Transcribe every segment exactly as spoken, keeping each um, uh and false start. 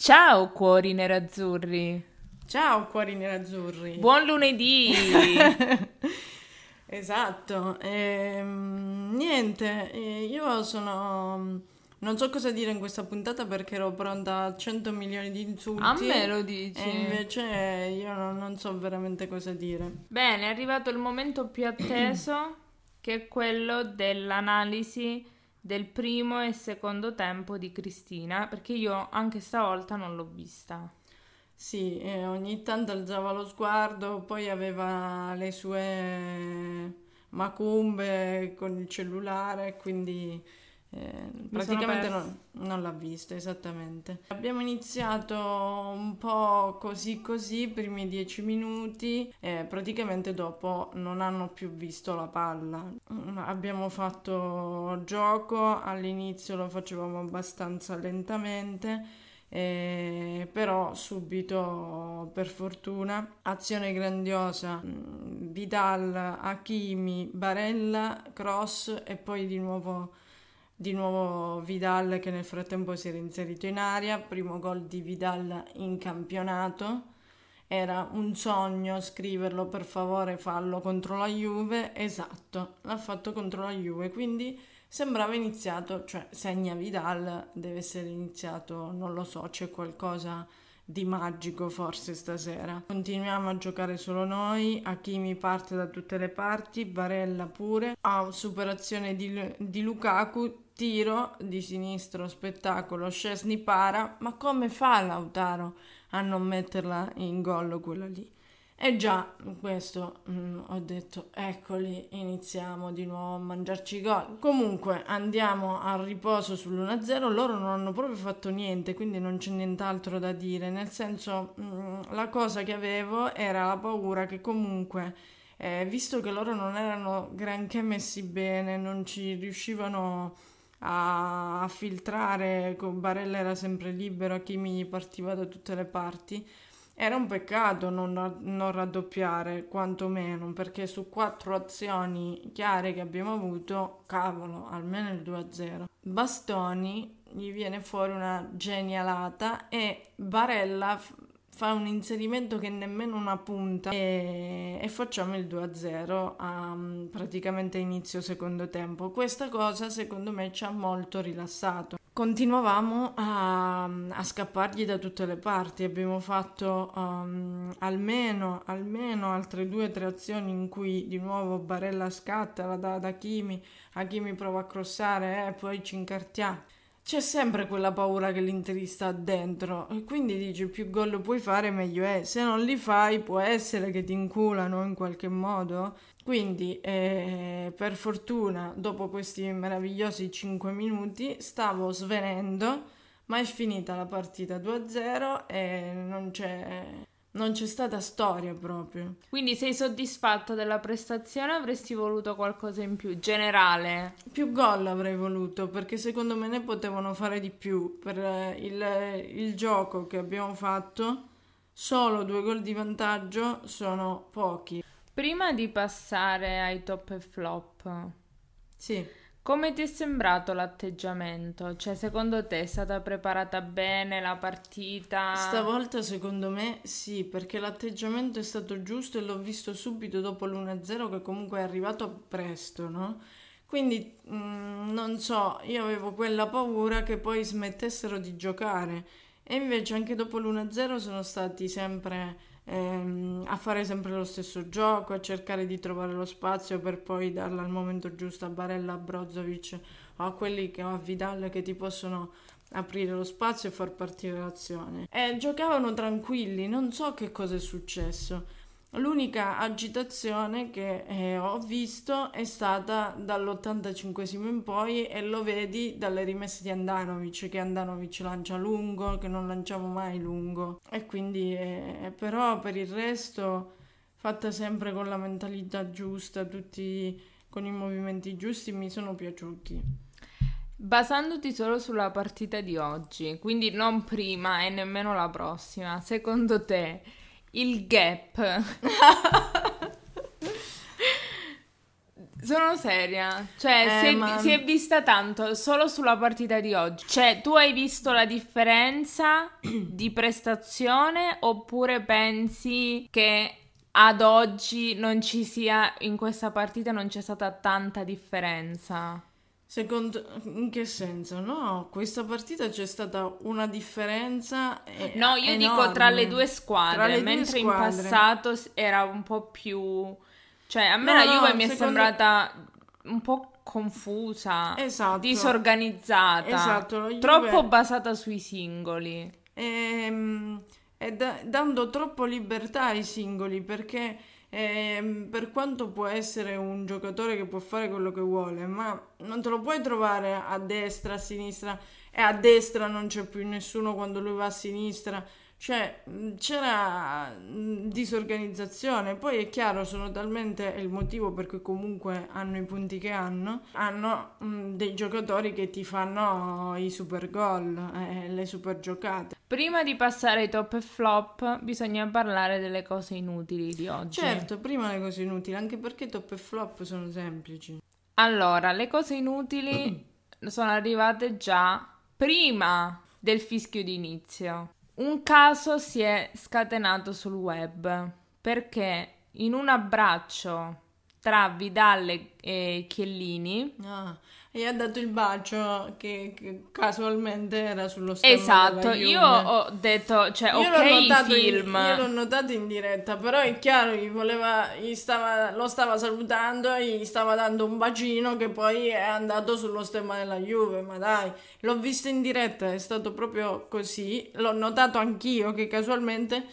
Ciao cuori nerazzurri, Ciao cuori nerazzurri. buon lunedì! Esatto. Ehm, niente, eh, io sono... Non so cosa dire in questa puntata perché ero pronta a cento milioni di A insulti me lo e dici? invece io non, non so veramente cosa dire. Bene, è arrivato il momento più atteso, che è quello dell'analisi del primo e secondo tempo di Cristina, perché io anche stavolta non l'ho vista. Sì, eh, ogni tanto alzava lo sguardo, poi aveva le sue macumbe con il cellulare, quindi eh, Mi sono praticamente persa. non, non l'ha visto esattamente. Abbiamo iniziato un po' così così, i primi dieci minuti, e praticamente dopo non hanno più visto la palla. Mm, Abbiamo fatto gioco, all'inizio lo facevamo abbastanza lentamente. Eh, però subito, per fortuna, azione grandiosa, mm, Vidal, Hakimi, Barella, cross e poi di nuovo, di nuovo Vidal che nel frattempo si era inserito in aria, primo gol di Vidal in campionato. Era un sogno scriverlo, per favore fallo contro la Juve, esatto, l'ha fatto contro la Juve, quindi sembrava iniziato, cioè segna Vidal, deve essere iniziato, non lo so, c'è qualcosa di magico forse stasera. Continuiamo a giocare solo noi, Hakimi parte da tutte le parti, Barella pure, ha superazione di, di Lukaku, tiro di sinistro, spettacolo, Szczesny para, ma come fa Lautaro a non metterla in gol quella lì? E già questo mm, ho detto, eccoli, iniziamo di nuovo a mangiarci i gol. Comunque andiamo al riposo sull'uno a zero, loro non hanno proprio fatto niente, quindi non c'è nient'altro da dire, nel senso mm, la cosa che avevo era la paura che comunque, eh, visto che loro non erano granché messi bene, non ci riuscivano a, a filtrare, con Barella era sempre libero, Hakimi gli partiva da tutte le parti. Era un peccato non, ra- non raddoppiare, quantomeno, perché su quattro azioni chiare che abbiamo avuto, cavolo, almeno il due a zero. Bastoni gli viene fuori una genialata e Barella f- fa un inserimento che nemmeno una punta e, e facciamo il due a zero a, praticamente a inizio secondo tempo. Questa cosa secondo me ci ha molto rilassato. Continuavamo a, a scappargli da tutte le parti, abbiamo fatto um, almeno, almeno altre due o tre azioni in cui di nuovo Barella scatta, la dà ad Hakimi, Hakimi prova a crossare e eh, poi ci incartiamo. C'è sempre quella paura che l'interista ha dentro e quindi dici più gol puoi fare meglio è, se non li fai può essere che ti inculano in qualche modo. Quindi eh, per fortuna dopo questi meravigliosi cinque minuti stavo svenendo, ma è finita la partita due a zero e non c'è, non c'è stata storia proprio. Quindi sei soddisfatta della prestazione o avresti voluto qualcosa in più? Generale? Più gol avrei voluto perché secondo me ne potevano fare di più per eh, il, il gioco che abbiamo fatto. Solo due gol di vantaggio sono pochi. Prima di passare ai top e flop, Sì. come ti è sembrato l'atteggiamento? Cioè, secondo te è stata preparata bene la partita? Stavolta secondo me sì, perché l'atteggiamento è stato giusto e l'ho visto subito dopo l'uno a zero che comunque è arrivato presto, no? Quindi mh, non so, io avevo quella paura che poi smettessero di giocare e invece anche dopo l'uno a zero sono stati sempre ehm, a fare sempre lo stesso gioco, a cercare di trovare lo spazio per poi darla al momento giusto a Barella, a Brozovic o a quelli che a Vidal che ti possono aprire lo spazio e far partire l'azione. E giocavano tranquilli, non so che cosa è successo. L'unica agitazione che eh, ho visto è stata dall'ottantacinquesimo in poi e lo vedi dalle rimesse di Andanovic, che Andanovic lancia lungo, che non lanciamo mai lungo. E quindi, eh, però per il resto, fatta sempre con la mentalità giusta, tutti con i movimenti giusti, mi sono piaciuti. Basandoti solo sulla partita di oggi, quindi non prima e nemmeno la prossima, secondo te il gap Sono seria, cioè Eh, si, è, ma- si è vista tanto solo sulla partita di oggi. Cioè, tu hai visto la differenza di prestazione oppure pensi che ad oggi non ci sia, in questa partita non c'è stata tanta differenza? Secondo, in che senso? No, questa partita c'è stata una differenza e- No, io dico enorme. tra le due squadre, Tra le due mentre in squadre. passato s- era un po' più... Cioè, a me No, la no, Juve mi è secondo- sembrata un po' confusa, Esatto. disorganizzata, Esatto, la Juve- troppo basata sui singoli. Ehm, e da- dando troppo libertà ai singoli, perché ehm, per quanto può essere un giocatore che può fare quello che vuole, ma non te lo puoi trovare a destra, a sinistra, e a destra non c'è più nessuno quando lui va a sinistra. Cioè, mh, c'era mh, disorganizzazione. Poi è chiaro, sono talmente, è il motivo per cui comunque hanno i punti che hanno, hanno mh, dei giocatori che ti fanno i super gol, eh, le super giocate. Prima di passare ai top e flop, bisogna parlare delle cose inutili di oggi. Certo, prima le cose inutili, anche perché top e flop sono semplici. Allora, le cose inutili sono arrivate già prima del fischio d'inizio. Un caso si è scatenato sul web perché in un abbraccio tra Vidal e- e Chiellini, Ah, e ha dato il bacio che, che casualmente era sullo stemma esatto, della Juve. io ho detto, cioè, Io ok, l'ho i notato in- film, io l'ho notato in diretta, però è chiaro, gli voleva, gli stava, lo stava salutando, gli stava dando un bacino che poi è andato sullo stemma della Juve, ma dai, l'ho visto in diretta, è stato proprio così, l'ho notato anch'io che casualmente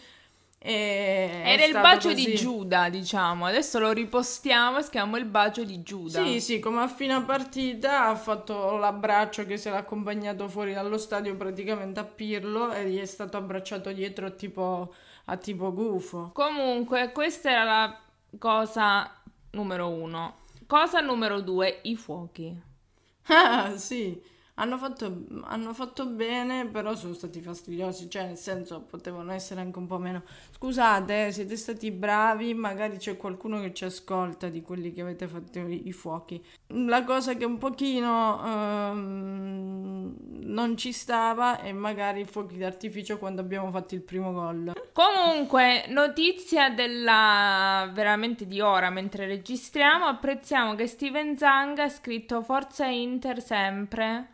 è, è era il stato bacio così. di Giuda, diciamo. Adesso lo ripostiamo e scriviamo il bacio di Giuda. Sì, sì, come a fine partita ha fatto l'abbraccio che se l'ha accompagnato fuori dallo stadio praticamente a Pirlo e gli è stato abbracciato dietro tipo, a tipo gufo. Comunque, questa era la cosa numero uno. Cosa numero due, i fuochi. Ah, sì, hanno fatto, hanno fatto bene, però sono stati fastidiosi, cioè nel senso potevano essere anche un po' meno. Scusate, eh, siete stati bravi, magari c'è qualcuno che ci ascolta di quelli che avete fatto i, i fuochi. La cosa che un pochino ehm, non ci stava è magari i fuochi d'artificio quando abbiamo fatto il primo gol. Comunque, notizia della veramente di ora mentre registriamo, apprezziamo che Steven Zang ha scritto Forza Inter sempre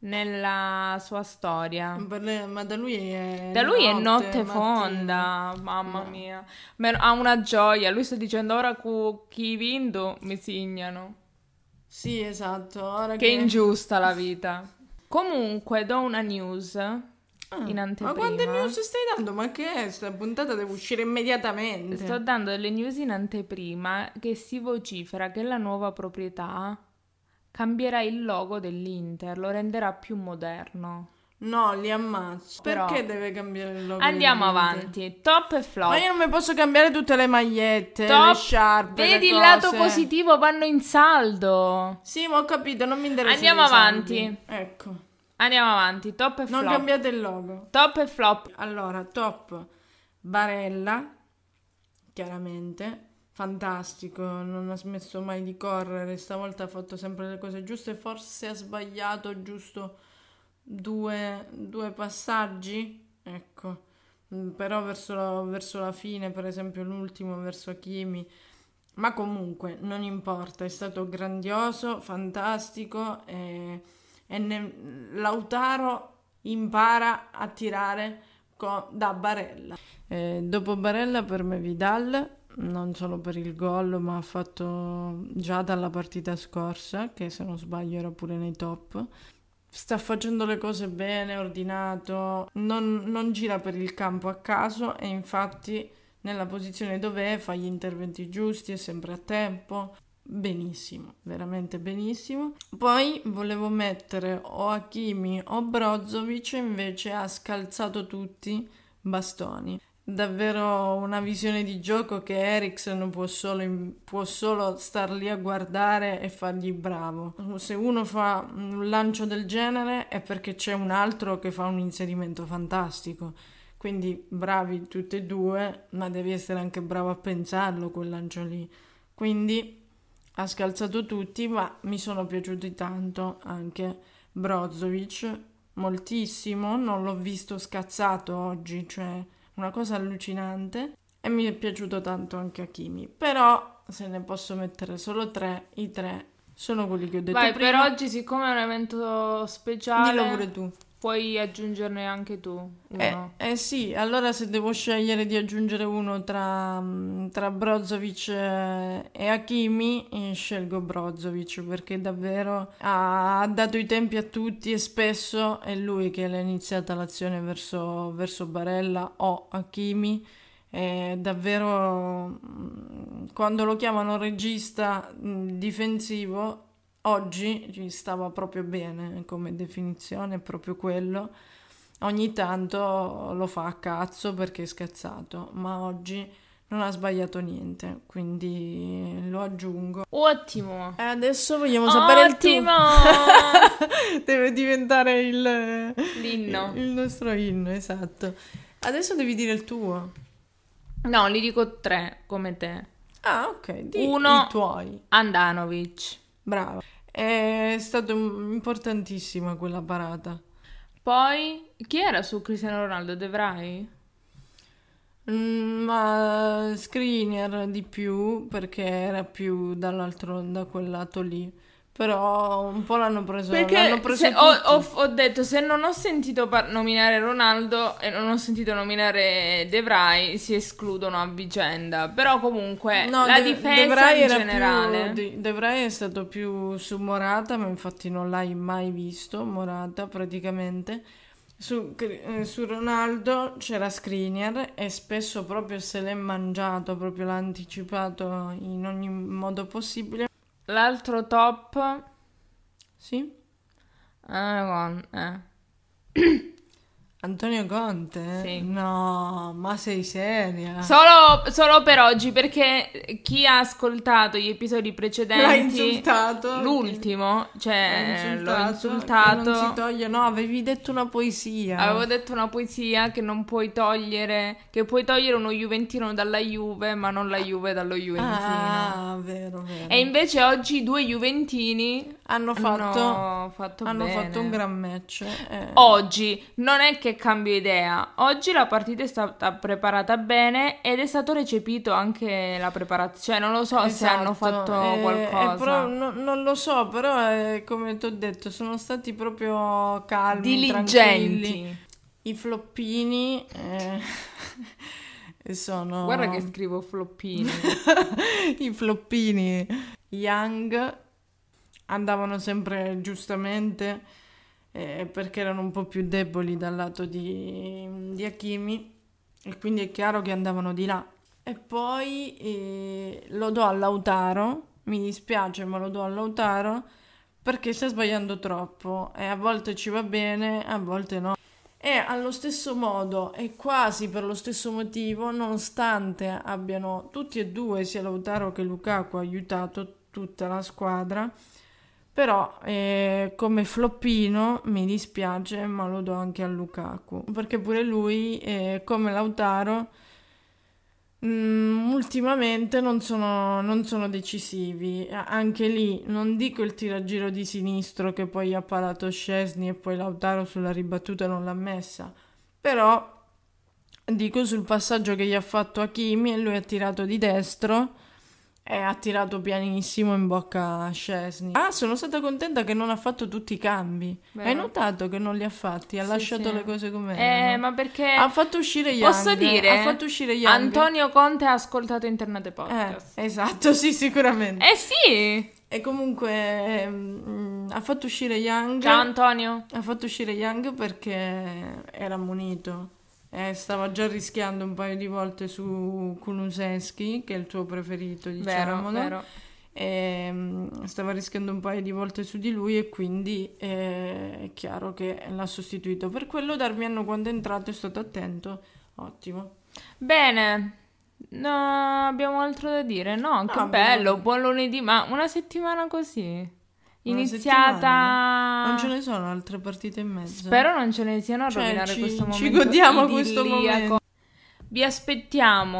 nella sua storia. Per lei- ma da lui è Da lui è notte mattina. fonda, mamma No. mia. Me- Ha una gioia, lui sta dicendo ora cu- chi vinto mi signano. Sì, esatto. Ora Che che ingiusta la vita. Comunque, do una news Ah, in anteprima. Ma quante news stai dando? Ma che è? Sta puntata deve uscire immediatamente. Sto dando delle news in anteprima che si vocifera che la nuova proprietà cambierà il logo dell'Inter, lo renderà più moderno. No, li ammazzo. Però- Perché deve cambiare il logo? Andiamo dell'Inter? avanti. Top e flop. Ma io non mi posso cambiare tutte le magliette, Top. le sciarpe, Vedi le il lato cose. positivo, vanno in saldo. Sì, ma ho capito, non mi interessa. Andiamo dei soldi. avanti. Ecco, Andiamo avanti. Top e non flop. cambiate il logo. Top e flop. Allora, top Barella, chiaramente, fantastico, non ha smesso mai di correre, stavolta ha fatto sempre le cose giuste, forse ha sbagliato giusto due, due passaggi, ecco, Mm, però verso la, verso la fine, per esempio l'ultimo verso Hakimi, ma comunque non importa, è stato grandioso, fantastico e, e ne- Lautaro impara a tirare co- da Barella. Eh, dopo Barella per me Vidal, non solo per il gol, ma ha fatto già dalla partita scorsa, che se non sbaglio era pure nei top. Sta facendo le cose bene, ordinato, non, non gira per il campo a caso e infatti nella posizione dove è fa gli interventi giusti, è sempre a tempo. Benissimo, veramente benissimo. Poi volevo mettere o Hakimi o Brozovic, invece ha scalzato tutti bastoni. Davvero una visione di gioco che Eriksen può solo, può solo star lì a guardare e fargli bravo. Se uno fa un lancio del genere è perché c'è un altro che fa un inserimento fantastico. Quindi bravi tutti e due, ma devi essere anche bravo a pensarlo quel lancio lì. Quindi ha scalzato tutti, ma mi sono piaciuti tanto anche Brozovic, moltissimo, non l'ho visto scazzato oggi, cioè una cosa allucinante, e mi è piaciuto tanto anche Hakimi, però se ne posso mettere solo tre, i tre sono quelli che ho detto Vai, prima. per oggi, siccome è un evento speciale, dillo pure tu. Puoi aggiungerne anche tu uno. Eh, eh sì, allora se devo scegliere di aggiungere uno tra, tra Brozovic e Hakimi, eh, scelgo Brozovic, perché davvero ha, ha dato i tempi a tutti e spesso è lui che l'ha iniziata l'azione verso, verso Barella o Hakimi. È davvero, quando lo chiamano regista difensivo, oggi ci stava proprio bene come definizione, è proprio quello. Ogni tanto lo fa a cazzo perché è scazzato, ma oggi non ha sbagliato niente, quindi lo aggiungo. Ottimo! E adesso vogliamo sapere Ottimo! il tuo. Deve diventare il... l'inno. Il nostro inno, esatto. Adesso devi dire il tuo. No, li dico tre, come te. Ah, ok. Di Uno, i tuoi. Andanovic. Brava. È stata importantissima quella parata. Poi, chi era su Cristiano Ronaldo? De Vrij? Mm, ma Skriniar di più, perché era più dall'altro, da quel lato lì. Però un po' l'hanno preso, Perché l'hanno preso se ho, tutti. ho, ho detto, se non ho sentito par- nominare Ronaldo e non ho sentito nominare De Vrij, si escludono a vicenda. Però comunque No, la De- difesa De Vrij in era generale. più, De, De Vrij è stato più su Morata, ma infatti non l'hai mai visto, Morata praticamente. Su, eh, su Ronaldo c'era Skriniar e spesso proprio se l'è mangiato, proprio l'ha anticipato in ogni modo possibile. L'altro top... Sì? Ah, eh. Antonio Conte? Sì. No, ma sei seria? Solo, solo per oggi, perché chi ha ascoltato gli episodi precedenti, L'ha insultato. l'ultimo, cioè L'ha l'ho insultato, insultato. che non si toglie. No, avevi detto una poesia. Avevo detto una poesia che non puoi togliere, che puoi togliere uno Juventino dalla Juve, ma non la Juve dallo Juventino. Ah, vero, vero. E invece oggi i due Juventini hanno fatto, hanno fatto hanno bene. fatto un gran match. Eh. Oggi non è che cambio idea, oggi la partita è stata preparata bene ed è stato recepito anche la preparazione, cioè non lo so se Esatto, hanno fatto eh, qualcosa. eh, però no- non lo so, però eh, come ti ho detto sono stati proprio calmi, diligenti. tranquilli. I floppini eh, sono... Guarda che scrivo floppini. I floppini Young andavano sempre giustamente, eh, perché erano un po' più deboli dal lato di, di Hakimi, e quindi è chiaro che andavano di là. E poi eh, lo do a Lautaro, mi dispiace ma lo do a Lautaro perché sta sbagliando troppo e a volte ci va bene, a volte no. E allo stesso modo e quasi per lo stesso motivo, nonostante abbiano tutti e due, sia Lautaro che Lukaku, aiutato tutta la squadra, però eh, come floppino mi dispiace, ma lo do anche a Lukaku, perché pure lui, eh, come Lautaro, Mm, ultimamente non sono, non sono decisivi. Anche lì non dico il tiraggiro di sinistro che poi ha parato Szczesny e poi Lautaro sulla ribattuta non l'ha messa, però dico sul passaggio che gli ha fatto Hakimi e lui ha tirato di destro e ha tirato pianissimo in bocca a Szczesny. Ah, sono stata contenta che non ha fatto tutti i cambi. Beh. Hai notato che non li ha fatti? Ha Sì, lasciato sì. le cose come Eh, ma perché ha fatto uscire Young. posso dire, ha fatto uscire Young. Antonio Conte ha ascoltato Internet Eh, Podcast. esatto, sì, sicuramente. Eh sì! E comunque ehm, ha fatto uscire Young. Ciao Antonio. Ha fatto uscire Young perché era munito. E stava già rischiando un paio di volte su Kulusevski, che è il tuo preferito, Vero, diciamolo. vero. E, mm, stava rischiando un paio di volte su di lui e quindi eh, è chiaro che l'ha sostituito. Per quello Darmian quando è entrato è stato attento. Ottimo. Bene. No, abbiamo altro da dire? No, che No, bello, abbiamo- buon lunedì, ma una settimana così. Una Iniziata... settimana? Non ce ne sono altre partite in mezzo. Spero non ce ne siano a Cioè, rovinare ci- questo ci momento godiamo questo idilliaco. momento. Vi aspettiamo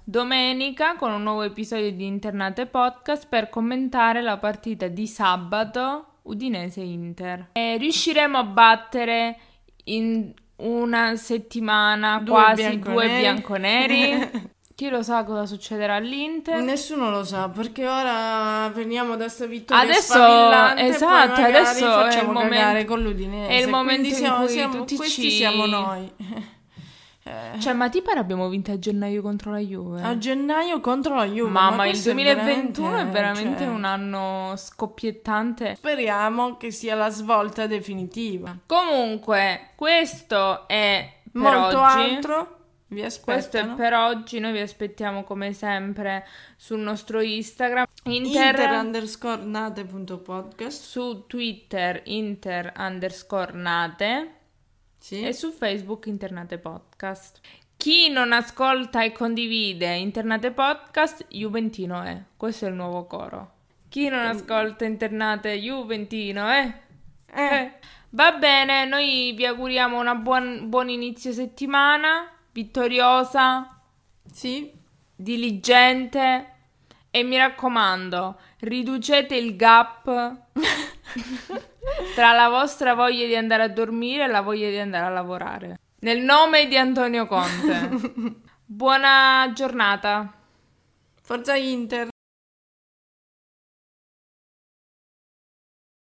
domenica con un nuovo episodio di Internate Podcast per commentare la partita di sabato Udinese-Inter. E riusciremo a battere in una settimana Due quasi bianconeri. due bianconeri? Chi lo sa cosa succederà all'Inter? Nessuno lo sa, perché ora veniamo da sta vittoria Adesso, sfavillante, esatto, poi magari adesso è il facciamo momento- cagare con l'Udinese. è il momento Quindi in siamo, cui siamo- tutti questi ci- siamo noi. Eh, Cioè, ma ti pare abbiamo vinto a gennaio contro la Juve? a gennaio contro la Juve. Mamma, ma il questo è duemilaventuno è veramente cioè, un anno scoppiettante. Speriamo che sia la svolta definitiva. Comunque, questo è per Molto oggi. altro vi Questo è aspettano. per oggi. Noi vi aspettiamo come sempre sul nostro Instagram Inter, Inter underscore nate punto podcast. su Twitter Inter underscore nate Sì. e su Facebook Internate Podcast. Chi non ascolta e condivide Internate Podcast, Juventino è. Questo è il nuovo coro. Chi non ascolta Internate, Juventino è. Eh. Eh. Va bene, noi vi auguriamo una buon, buon inizio settimana, vittoriosa, Sì. diligente e mi raccomando, riducete il gap tra la vostra voglia di andare a dormire e la voglia di andare a lavorare. Nel nome di Antonio Conte. Buona giornata. Forza Inter.